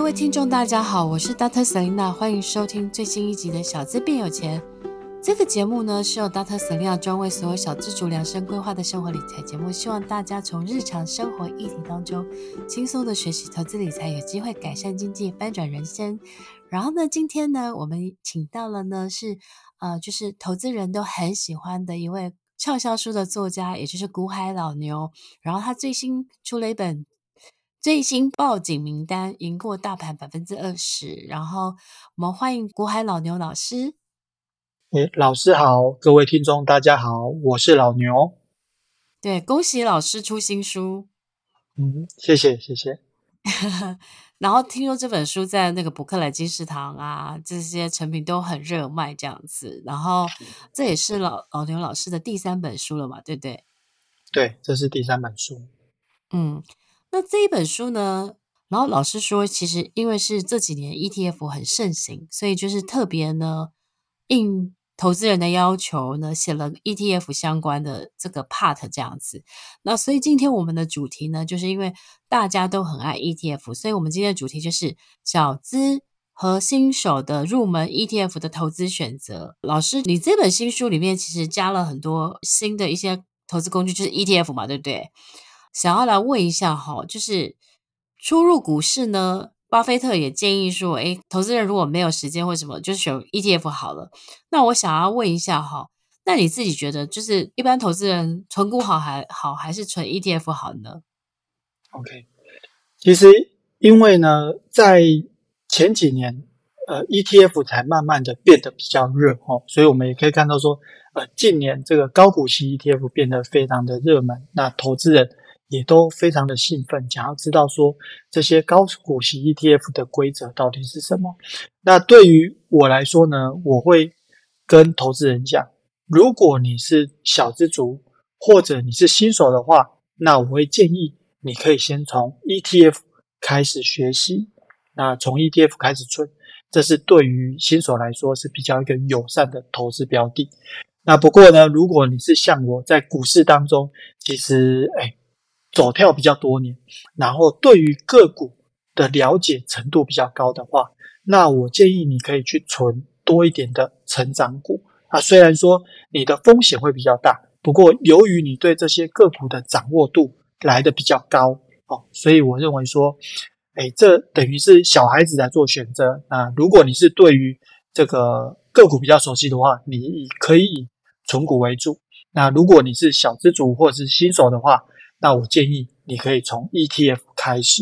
位听众大家好，我是 Dr. Selena， 欢迎收听最新一集的小资变有钱。这个节目呢是由 Dr. Selena 专为所有小资族量身规划的生活理财节目，希望大家从日常生活议题当中轻松的学习投资理财，有机会改善经济，翻转人生。然后呢，今天呢我们请到了呢就是投资人都很喜欢的一位畅销书的作家，也就是股海老牛。然后他最新出了一本最新报警名单，赢过大盘 20%。 然后我们欢迎股海老牛老师。 老师好，各位听众大家好，我是老牛。 对，恭喜老师出新书。 谢谢。 然后听说这本书在那个博客来金石堂啊，这些成品都很热卖这样子。然后这也是老牛老师的第3本书了嘛，对不对？ 对，这是第3本书。 那这一本书呢，然后老师说其实因为是这几年 ETF 很盛行，所以就是特别呢应投资人的要求呢写了 ETF 相关的这个 part 这样子。那所以今天我们的主题呢，就是因为大家都很爱 ETF， 所以我们今天的主题就是小资和新手的入门 ETF 的投资选择。老师，你这本新书里面其实加了很多新的一些投资工具，就是 ETF 嘛，对不对？想要来问一下哈，就是初入股市呢，巴菲特也建议说，投资人如果没有时间或什么，就选 ETF 好了。那我想要问一下哈，那你自己觉得，就是一般投资人存股还是存 ETF 好呢？ OK， 其实因为呢，在前几年ETF 才慢慢的变得比较热所以我们也可以看到说近年这个高股息 ETF 变得非常的热门，那投资人也都非常的兴奋，想要知道说这些高股息 ETF 的规则到底是什么。那对于我来说呢，我会跟投资人讲，如果你是小资族或者你是新手的话，那我会建议你可以先从 ETF 开始学习，那从 ETF 开始存，这是对于新手来说是比较一个友善的投资标的。那不过呢，如果你是像我在股市当中，其实走跳比较多年，然后对于个股的了解程度比较高的话，那我建议你可以去存多一点的成长股虽然说你的风险会比较大，不过由于你对这些个股的掌握度来得比较高所以我认为说这等于是小孩子在做选择。那如果你是对于这个个股比较熟悉的话，你可以以存股为主。那如果你是小资族或者是新手的话，那我建议你可以从 ETF 开始。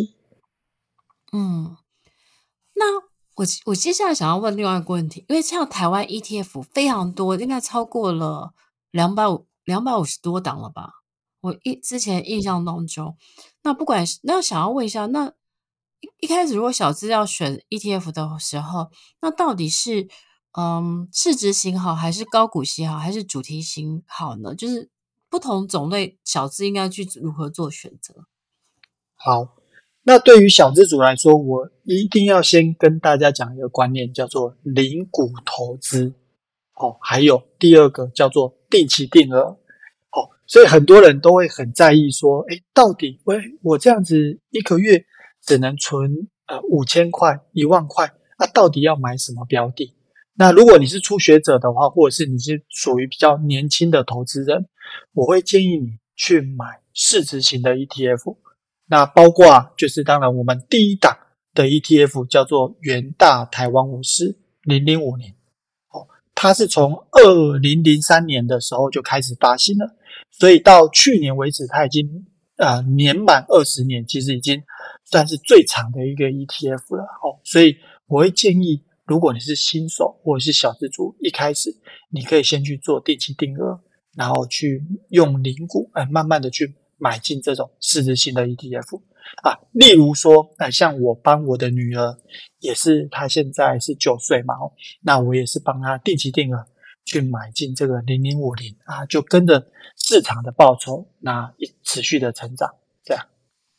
那我接下来想要问另外一个问题，因为像台湾 ETF 非常多，应该超过了250多档了吧？我之前印象当中，那不管是那想要问一下，那一开始如果小资要选 ETF 的时候，那到底是市值型好，还是高股息好，还是主题型好呢？就是不同种类小资应该去如何做选择？ 好，那对于小资族来说，我一定要先跟大家讲一个观念，叫做零股投资还有第二个叫做定期定额所以很多人都会很在意说到底我这样子一个月只能存5000块10000块到底要买什么标的。那如果你是初学者的话，或者是你是属于比较年轻的投资人，我会建议你去买市值型的 ETF。那包括就是当然我们第一档的 ETF 叫做元大台湾50 0050它是从2003年的时候就开始发行了，所以到去年为止它已经年满20年，其实已经算是最长的一个 ETF 了所以我会建议如果你是新手或者是小资族，一开始你可以先去做定期定额，然后去用零股慢慢的去买进这种市值型的 ETF例如说像我帮我的女儿也是，她现在是9岁嘛那我也是帮她定期定额去买进这个0050就跟着市场的报酬那持续的成长这样。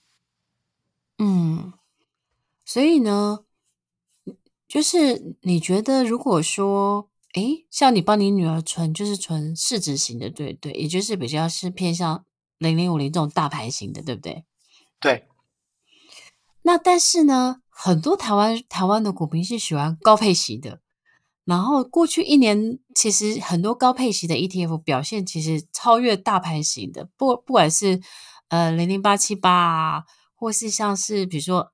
所以呢，就是你觉得如果说像你帮你女儿存，就是存市值型的，对对，也就是比较是偏向0050这种大盘型的，对不对？ 对。 那但是呢，很多台湾的股民是喜欢高配息的，然后过去一年其实很多高配息的 ETF 表现其实超越大盘型的，不管是00878啊，或是像是比如说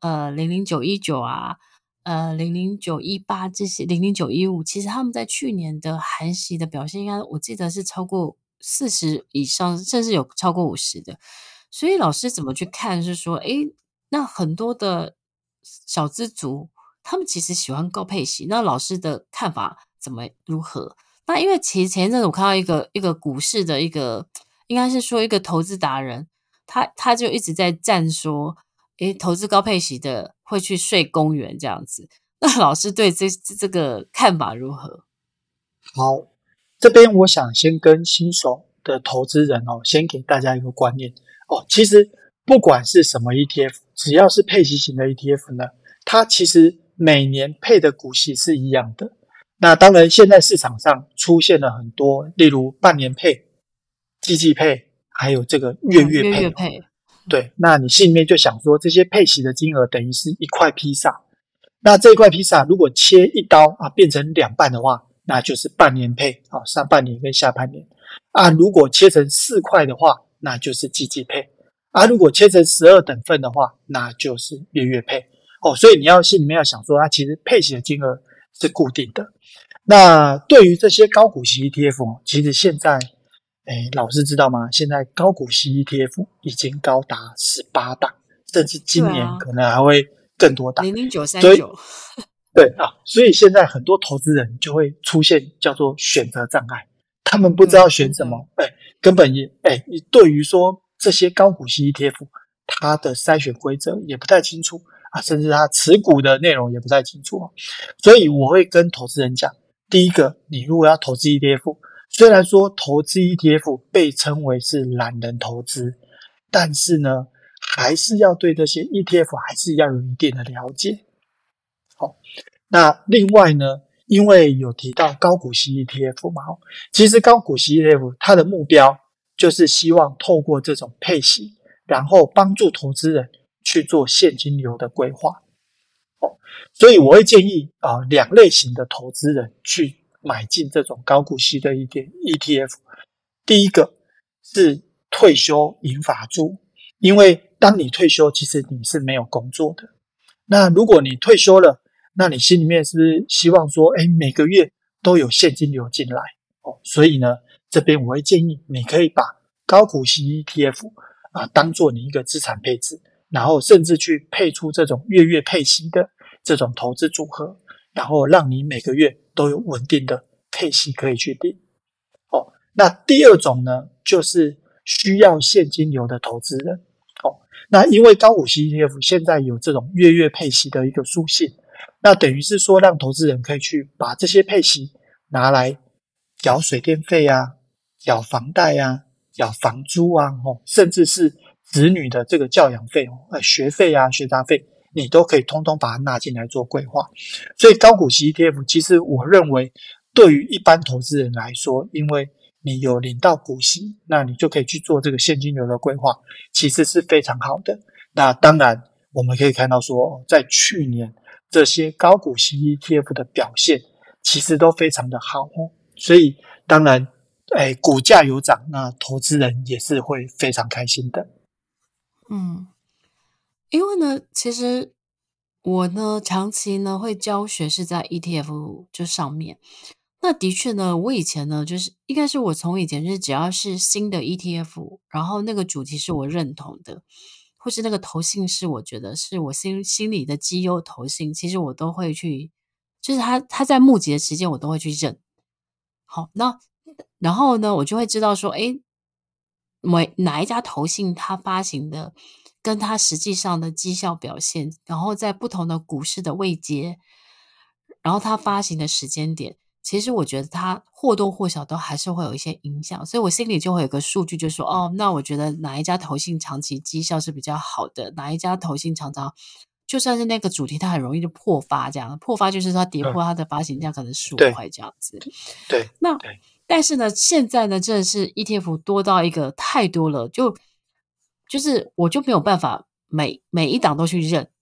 00919啊，00918这些00915，其实他们在去年的韩系的表现，应该我记得是超过40以上，甚至有超过50的。所以老师怎么去看？是说，诶，那很多的小资族，他们其实喜欢高配息，那老师的看法如何？那因为其实前一阵子我看到一个股市的一个，应该是说一个投资达人，他就一直在赞说，诶，投资高配息的会去睡公园这样子。那老师对这个看法如何？ 好，这边我想先跟新手的投资人先给大家一个观念其实不管是什么 ETF，只要是配息型的 ETF 呢，它其实每年配的股息是一样的。那当然，现在市场上出现了很多，例如半年配、季季配，还有这个月月月配。 月配， 对，那你心里面就想说，这些配息的金额等于是一块披萨，那这一块披萨如果切一刀变成两半的话，那就是半年配上半年跟下半年如果切成4块的话，那就是季季配如果切成12等份的话，那就是月月配所以你要心里面要想说，它其实配息的金额是固定的。那对于这些高股息 ETF 其实现在老师知道吗？现在高股息 ETF 已经高达18档，甚至今对啊， 年可能还会更多档。所以 00939， 对所以现在很多投资人就会出现叫做选择障碍，他们不知道对，真的。 选什么，根本也你对于说这些高股息 ETF，它的筛选规则也不太清楚甚至它持股的内容也不太清楚所以我会跟投资人讲，第一个，你如果要投资 ETF，虽然说投资 ETF 被称为是懒人投资，但是呢，还是要对这些 ETF 还是要有一定的了解。好，那另外呢，因为有提到高股息 ETF 嘛，其实高股息 ETF 它的目标就是希望透过这种配息，然后帮助投资人去做现金流的规划。所以我会建议两类型的投资人去买进这种高股息的ETF。第一个是退休银发族，因为当你退休，其实你是没有工作的。那如果你退休了，那你心里面是不是希望说，每个月都有现金流进来所以呢，这边我会建议你可以把高股息 ETF 当做你一个资产配置，然后甚至去配出这种月月配息的这种投资组合，然后让你每个月都有稳定的配息可以去领那第二种呢，就是需要现金流的投资人那因为高股息 ETF 现在有这种月月配息的一个属性，那等于是说让投资人可以去把这些配息拿来缴水电费缴房贷缴房租甚至是子女的这个教养费学费学杂费，你都可以通通把它纳进来做规划。所以高股息 ETF 其实我认为对于一般投资人来说，因为你有领到股息，那你就可以去做这个现金流的规划，其实是非常好的。那当然我们可以看到说，在去年这些高股息 ETF 的表现其实都非常的好所以当然股价有涨，那投资人也是会非常开心的。 嗯，因为呢，其实我呢长期呢会教学是在 ETF 就上面。那的确呢，我以前呢就是应该是我从以前就是只要是新的 ETF，然后那个主题是我认同的，或是那个投信是我觉得是我心里的绩优投信，其实我都会去，就是他在募集的时间我都会去认。好，那然后呢，我就会知道说，诶，哪一家投信它发行的，跟它实际上的绩效表现，然后在不同的股市的位阶，然后它发行的时间点，其实我觉得它或多或少都还是会有一些影响，所以我心里就会有个数据，就说，哦，那我觉得哪一家投信长期绩效是比较好的，哪一家投信常常就算是那个主题，它很容易就破发，这样破发就是它跌破它的发行价可能15 对块这样子。 对那对， 但是呢，现在呢，真的是 ETF 多到一个太多了，就是我就没有办法每一档都去认。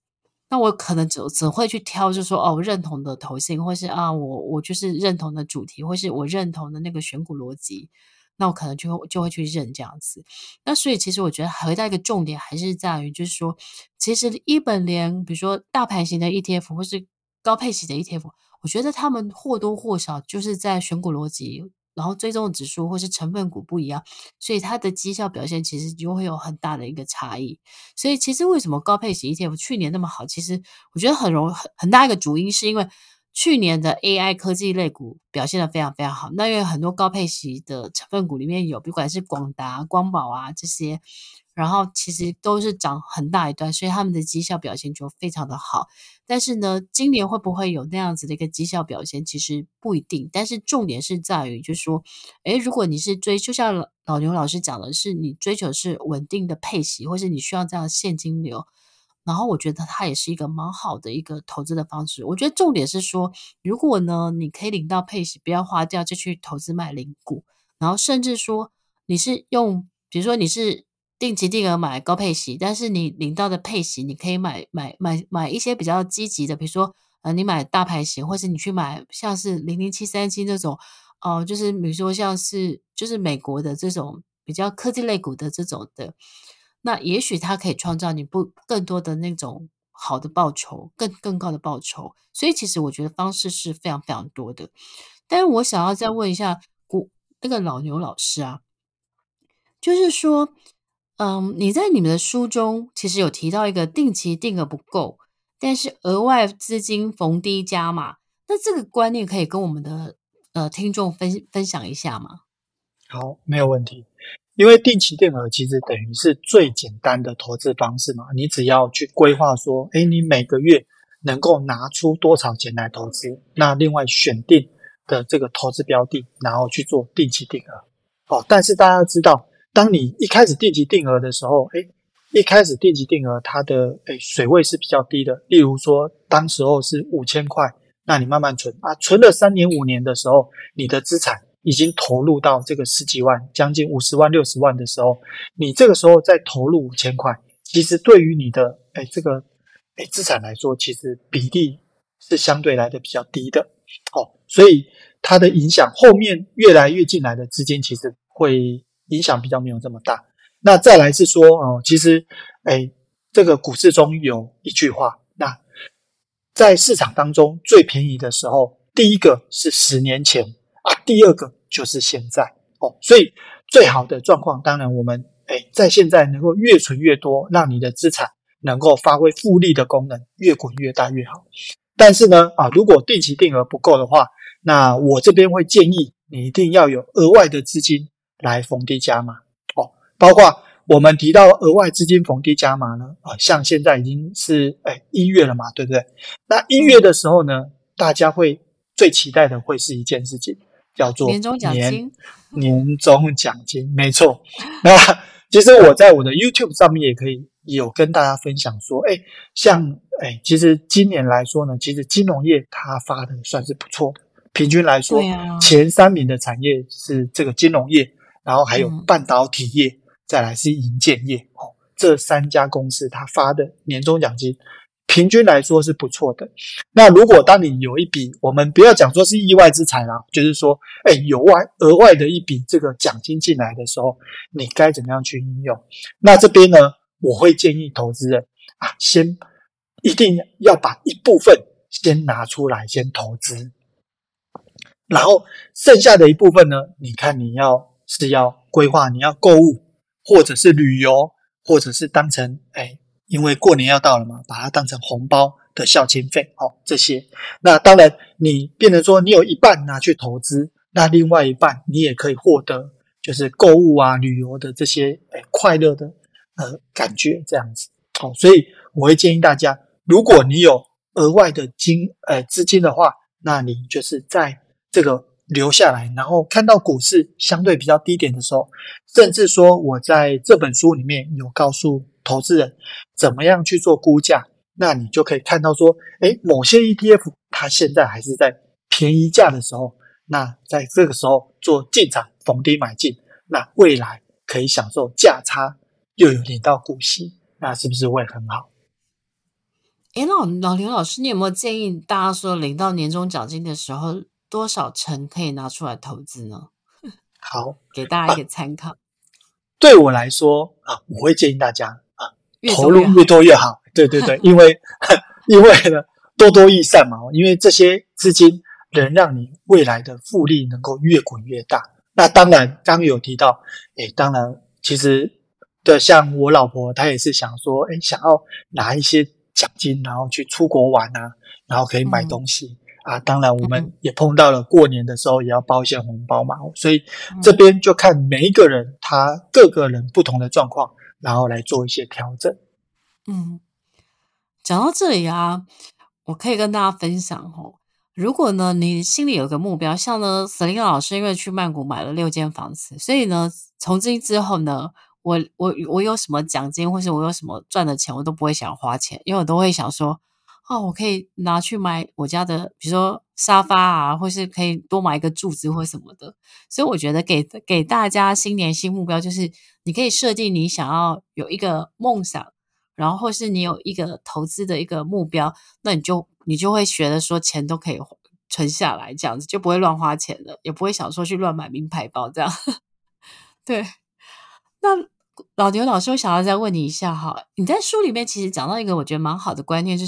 那我可能只会去挑，就是说，哦，我认同的投信，或是啊，我就是认同的主题，或是我认同的那个选股逻辑，那我可能就会去认这样子。那所以其实我觉得回到一个重点，还是在于就是说，其实一本连比如说大盘型的 ETF 或是高配息的 ETF，我觉得他们或多或少就是在选股逻辑，然后追踪的指数或是成分股不一样，所以它的绩效表现其实就会有很大的一个差异。所以其实为什么高配息 ETF 去年那么好，其实我觉得很大一个主因是因为去年的 AI 科技类股表现得非常非常好。那因为很多高配息的成分股里面有，不管是广达、光宝啊这些，然后其实都是涨很大一段，所以他们的绩效表现就非常的好。但是呢，今年会不会有那样子的一个绩效表现，其实不一定。但是重点是在于，就是说，诶，如果你是就像老牛老师讲的是，你追求是稳定的配息，或是你需要这样的现金流，然后我觉得它也是一个蛮好的一个投资的方式。我觉得重点是说，如果呢你可以领到配息，不要花掉，就去投资买零股，然后甚至说你是用，比如说你是定期定额买高配息，但是你领到的配息，你可以买一些比较积极的，比如说你买大牌型，或是你去买像是00737这种，就是比如说像是就是美国的这种比较科技类股的这种的，那也许它可以创造你更多的那种好的报酬，更高的报酬。所以其实我觉得方式是非常非常多的。但是我想要再问一下那个老牛老师啊，就是说，你在你们的书中其实有提到一个定期定额不够，但是额外资金逢低加码，那这个观念可以跟我们的听众分享一下吗？ 好，没有问题。因为定期定额其实等于是最简单的投资方式嘛，你只要去规划说，你每个月能够拿出多少钱来投资，那另外选定的这个投资标的，然后去做定期定额。但是大家知道，当你一开始定期定额的时候，一开始定期定额它的水位是比较低的，例如说当时候是5000块，那你慢慢存啊，存了3年5年的时候，你的资产已经投入到这个十几万，将近50万60万的时候，你这个时候再投入5000块，其实对于你的这个资产来说，其实比例是相对来的比较低的。所以它的影响后面越来越进来的资金，其实会影响比较没有这么大。那再来是说其实这个股市中有一句话，那在市场当中最便宜的时候，第一个是10年前第二个就是现在所以最好的状况，当然我们在现在能够越存越多，让你的资产能够发挥复利的功能，越滚越大越好。但是呢如果定期定额不够的话，那我这边会建议你一定要有额外的资金来逢低加码包括我们提到额外资金逢低加码呢像现在已经是1月了嘛，对不对？那1月的时候呢，大家会最期待的会是一件事情，叫做年终奖金。 年终奖金，没错。那其实我在我的 YouTube 上面也可以有跟大家分享说，像其实今年来说呢，其实金融业它发的算是不错的，平均来说， 对啊， 前3名的产业是这个金融业，然后还有嗯。 半导体业，再来是营建业这3家公司它发的年终奖金平均来说是不错的。那如果当你有一笔，我们不要讲说是意外之财啦，就是说有额外的一笔这个奖金进来的时候，你该怎么样去运用？那这边呢，我会建议投资人先一定要把一部分先拿出来先投资，然后剩下的一部分呢，你看你要规划，你要购物，或者是旅游，或者是当成因为过年要到了嘛，把它当成红包的孝亲费这些。那当然你变成说你有一半拿去投资，那另外一半你也可以获得就是购物旅游的这些快乐的感觉这样子。所以我会建议大家，如果你有额外的资金的话，那你就是在这个留下来，然后看到股市相对比较低点的时候，甚至说我在这本书里面有告诉投资人怎么样去做估价，那你就可以看到说某些 ETF 它现在还是在便宜价的时候，那在这个时候做进场逢低买进，那未来可以享受价差又有领到股息，那是不是会很好？ 诶，老刘老师，你有没有建议大家说领到年终奖金的时候，多少成可以拿出来投资呢？ 好给大家一个参考， 对我来说啊，我会建议大家越投入越多越好。 多越好。对对对，因为呢多多益善嘛，因为这些资金能让你未来的复利能够越滚越大。那当然，刚刚有提到，当然其实像我老婆她也是想说，想要拿一些奖金，然后去出国玩啊，然后可以买嗯东西。当然我嗯们也碰到了过年的时候也要包一些红包嘛，所以这嗯边就看每一个人他各个人不同的状况，然后来做一些调整。 嗯。讲到这里啊，我可以跟大家分享哦。如果呢，你心里有个目标，像呢，Selina 老师因为去曼谷买了6间房子，所以呢，从今之后呢，我有什么奖金，或是我有什么赚的钱，我都不会想花钱，因为我都会想说，哦，我可以拿去买我家的，比如说沙发啊，或是可以多买一个柱子或什么的。所以我觉得给大家新年新目标，就是你可以设定你想要有一个梦想。然后或是你有一个投资的一个目标，那你就会觉得说钱都可以存下来，这样子就不会乱花钱了，也不会想说去乱买名牌包这样。对，那老牛老师，我想要再问你一下哈，你在书里面其实讲到一个我觉得蛮好的观念，就是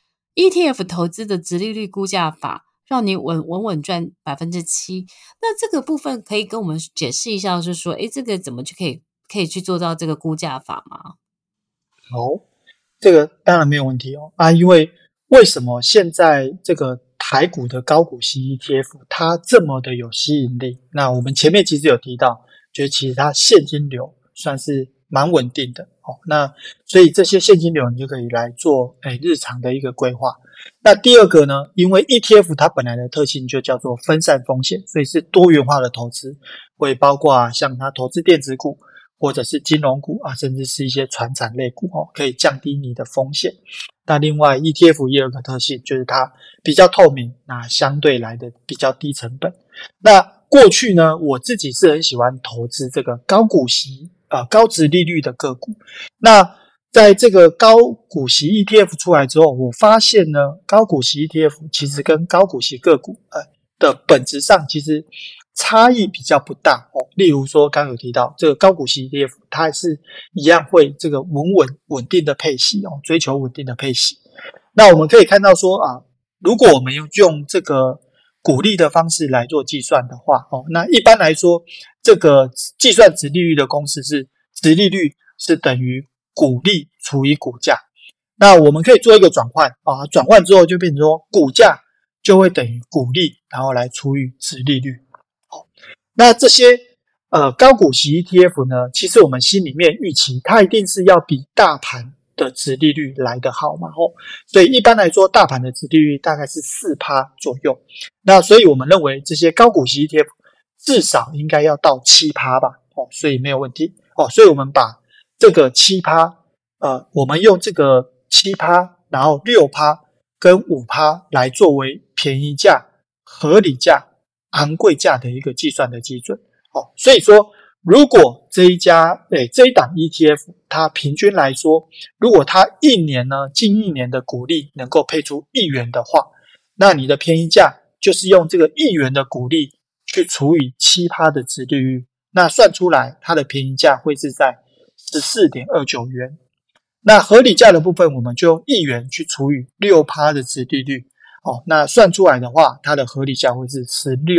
ETF 投资的殖利率估价法，让你稳赚7%。那这个部分可以跟我们解释一下，就是说，诶，这个怎么就可以去做到这个估价法吗？ 好，这个当然没有问题哦。因为什么现在这个台股的高股息 ETF 它这么的有吸引力？那我们前面其实有提到，就是其实它现金流算是蛮稳定的哦。那所以这些现金流你就可以来做日常的一个规划。那第二个呢，因为 ETF 它本来的特性就叫做分散风险，所以是多元化的投资，会包括像它投资电子股，或者是金融股甚至是一些传产类股可以降低你的风险。那另外 ETF 也有个特性，就是它比较透明，那相对来的比较低成本。那过去呢，我自己是很喜欢投资这个高股息高殖利率的个股。那在这个高股息 ETF 出来之后，我发现呢，高股息 ETF 其实跟高股息个股的本质上其实差异比较不大哦。例如说，刚刚有提到这个高股息 ETF，它还是一样会这个稳定的配息哦，追求稳定的配息。那我们可以看到说如果我们用这个股利的方式来做计算的话那一般来说，这个计算殖利率的公式是殖利率是等于股利除以股价。那我们可以做一个转换转换之后就变成说股价就会等于股利，然后来除以殖利率。那这些高股息 ETF 呢，其实我们心里面预期它一定是要比大盘的殖利率来得好嘛所以一般来说大盘的殖利率大概是 4% 左右。那所以我们认为这些高股息 ETF 至少应该要到 7% 吧所以没有问题所以我们把这个 7%我们用这个 7%然后 6% 跟 5% 来作为便宜价、合理价、昂贵价的一个计算的基准所以说如果这一档 ETF 它平均来说，如果它近一年的股利能够配出1元的话，那你的便宜价就是用这个1元的股利去除以 7% 的殖利率，那算出来它的便宜价会是在 14.29 元。那合理价的部分我们就用1元去除以 6% 的殖利率那算出来的话它的合理价会是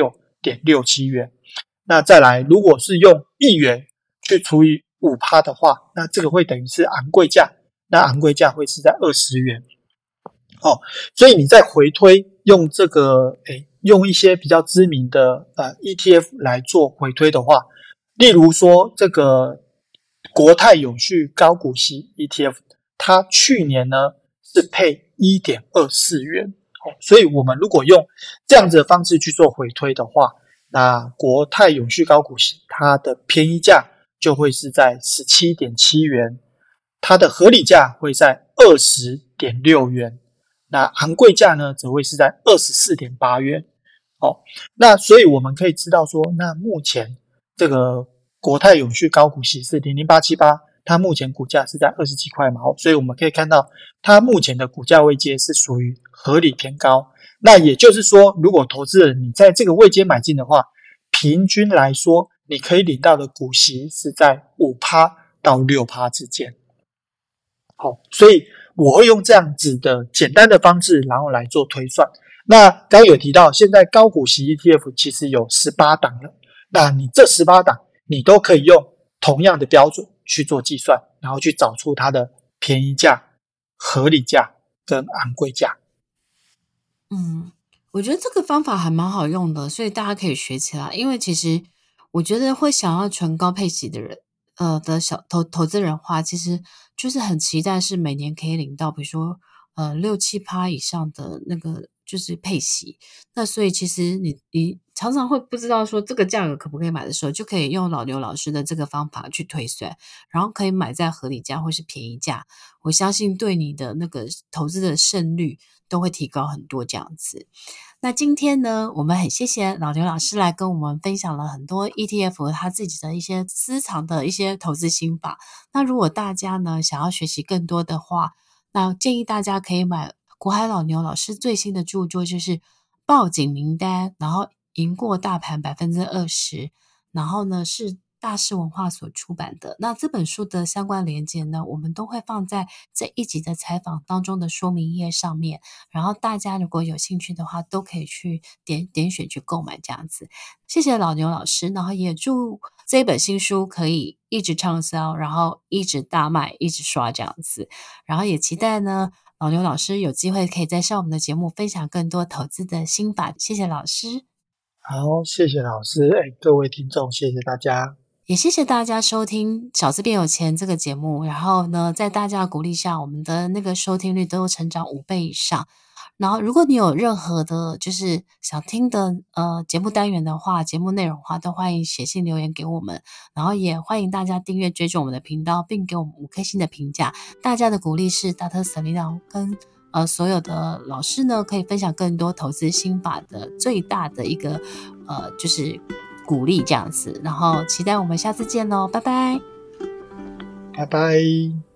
16.67 元。那再来，如果是用1元去除以 5% 的话，那这个会等于是昂贵价，那昂贵价会是在20元所以你再回推用这个用一些比较知名的ETF 来做回推的话，例如说这个国泰永续高股息 ETF， 它去年呢是配 1.24 元所以我们如果用这样子的方式去做回推的话，那国泰永续高股息它的便宜价就会是在 17.7 元，它的合理价会在 20.6 元，那昂贵价呢则会是在 24.8 元那所以我们可以知道说，那目前这个国泰永续高股息是00878 它目前股价是在20几块嘛，所以我们可以看到它目前的股价位阶是属于合理偏高。那也就是说，如果投资人你在这个位阶买进的话，平均来说你可以领到的股息是在 5% 到 6% 之间。好，所以我会用这样子的简单的方式，然后来做推算。那刚刚有提到，现在高股息 ETF 其实有18档了，那你这18档你都可以用同样的标准去做计算，然后去找出它的便宜价、合理价跟昂贵价。 我觉得这个方法还蛮好用的，所以大家可以学起来。因为其实我觉得会想要纯高配息的人，的小投资人的话，其实就是很期待是每年可以领到，比如说6-7%以上的那个就是配息。那所以其实你常常会不知道说这个价格可不可以买的时候，就可以用老牛老师的这个方法去推算，然后可以买在合理价或是便宜价。我相信对你的那个投资的胜率都会提高很多这样子。那今天呢，我们很谢谢老牛老师来跟我们分享了很多 ETF 他自己的一些私藏的一些投资心法。那如果大家呢想要学习更多的话，那建议大家可以买国海老牛老师最新的著作，就是报警名单，然后赢过大盘20%，然后呢是大是文化所出版的。那这本书的相关连结呢，我们都会放在这一集的采访当中的说明页上面，然后大家如果有兴趣的话，都可以去点选去购买这样子。谢谢老牛老师，然后也祝这本新书可以一直畅销，然后一直大卖，一直刷这样子。然后也期待呢，老牛老师有机会可以再上我们的节目，分享更多投资的心法。谢谢老师。 好，谢谢老师，各位听众，谢谢大家。 也谢谢大家收听《小资变有钱》这个节目，然后呢，在大家的鼓励下，我们的那个收听率都有成长5倍以上。然后，如果你有任何的，就是想听的节目单元的话，节目内容的话，都欢迎写信留言给我们。然后也欢迎大家订阅追踪我们的频道，并给我们5颗星的评价。大家的鼓励是大特Selina跟所有的老师呢，可以分享更多投资心法的最大的一个就是鼓励这样子。然后期待我们下次见喽，拜拜。 拜拜。